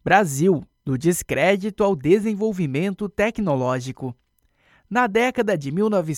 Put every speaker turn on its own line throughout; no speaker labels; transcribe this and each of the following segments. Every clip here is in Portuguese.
Brasil, do descrédito ao desenvolvimento tecnológico. Na década de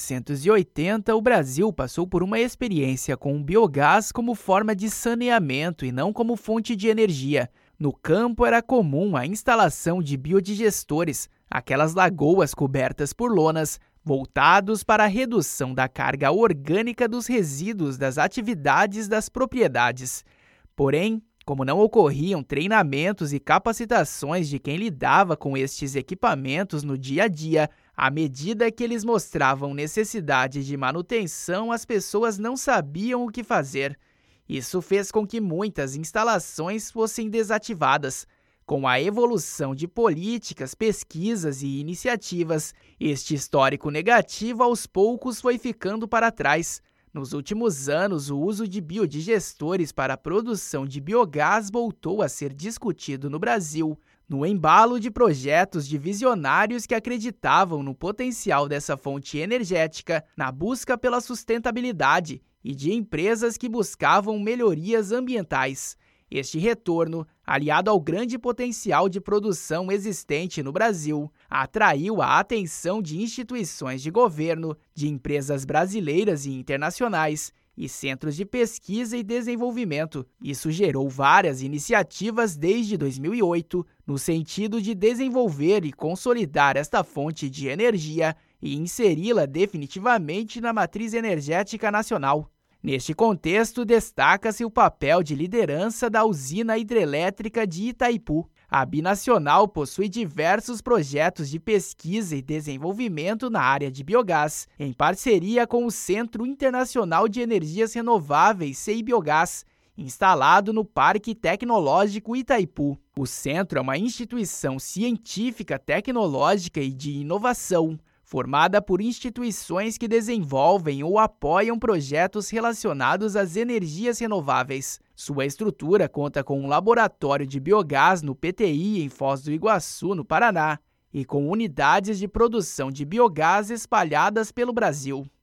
1980, o Brasil passou por uma experiência com o biogás como forma de saneamento e não como fonte de energia. No campo era comum a instalação de biodigestores, aquelas lagoas cobertas por lonas, voltados para a redução da carga orgânica dos resíduos das atividades das propriedades. Porém, como não ocorriam treinamentos e capacitações de quem lidava com estes equipamentos no dia a dia, à medida que eles mostravam necessidade de manutenção, as pessoas não sabiam o que fazer. Isso fez com que muitas instalações fossem desativadas. Com a evolução de políticas, pesquisas e iniciativas, este histórico negativo aos poucos foi ficando para trás. Nos últimos anos, o uso de biodigestores para a produção de biogás voltou a ser discutido no Brasil, no embalo de projetos de visionários que acreditavam no potencial dessa fonte energética, na busca pela sustentabilidade e de empresas que buscavam melhorias ambientais. Este retorno, aliado ao grande potencial de produção existente no Brasil, atraiu a atenção de instituições de governo, de empresas brasileiras e internacionais e centros de pesquisa e desenvolvimento. Isso gerou várias iniciativas desde 2008, no sentido de desenvolver e consolidar esta fonte de energia e inseri-la definitivamente na matriz energética nacional. Neste contexto, destaca-se o papel de liderança da usina hidrelétrica de Itaipu. A binacional possui diversos projetos de pesquisa e desenvolvimento na área de biogás, em parceria com o Centro Internacional de Energias Renováveis, CEIBiogás, instalado no Parque Tecnológico Itaipu. O centro é uma instituição científica, tecnológica e de inovação, formada por instituições que desenvolvem ou apoiam projetos relacionados às energias renováveis. Sua estrutura conta com um laboratório de biogás no PTI em Foz do Iguaçu, no Paraná, e com unidades de produção de biogás espalhadas pelo Brasil.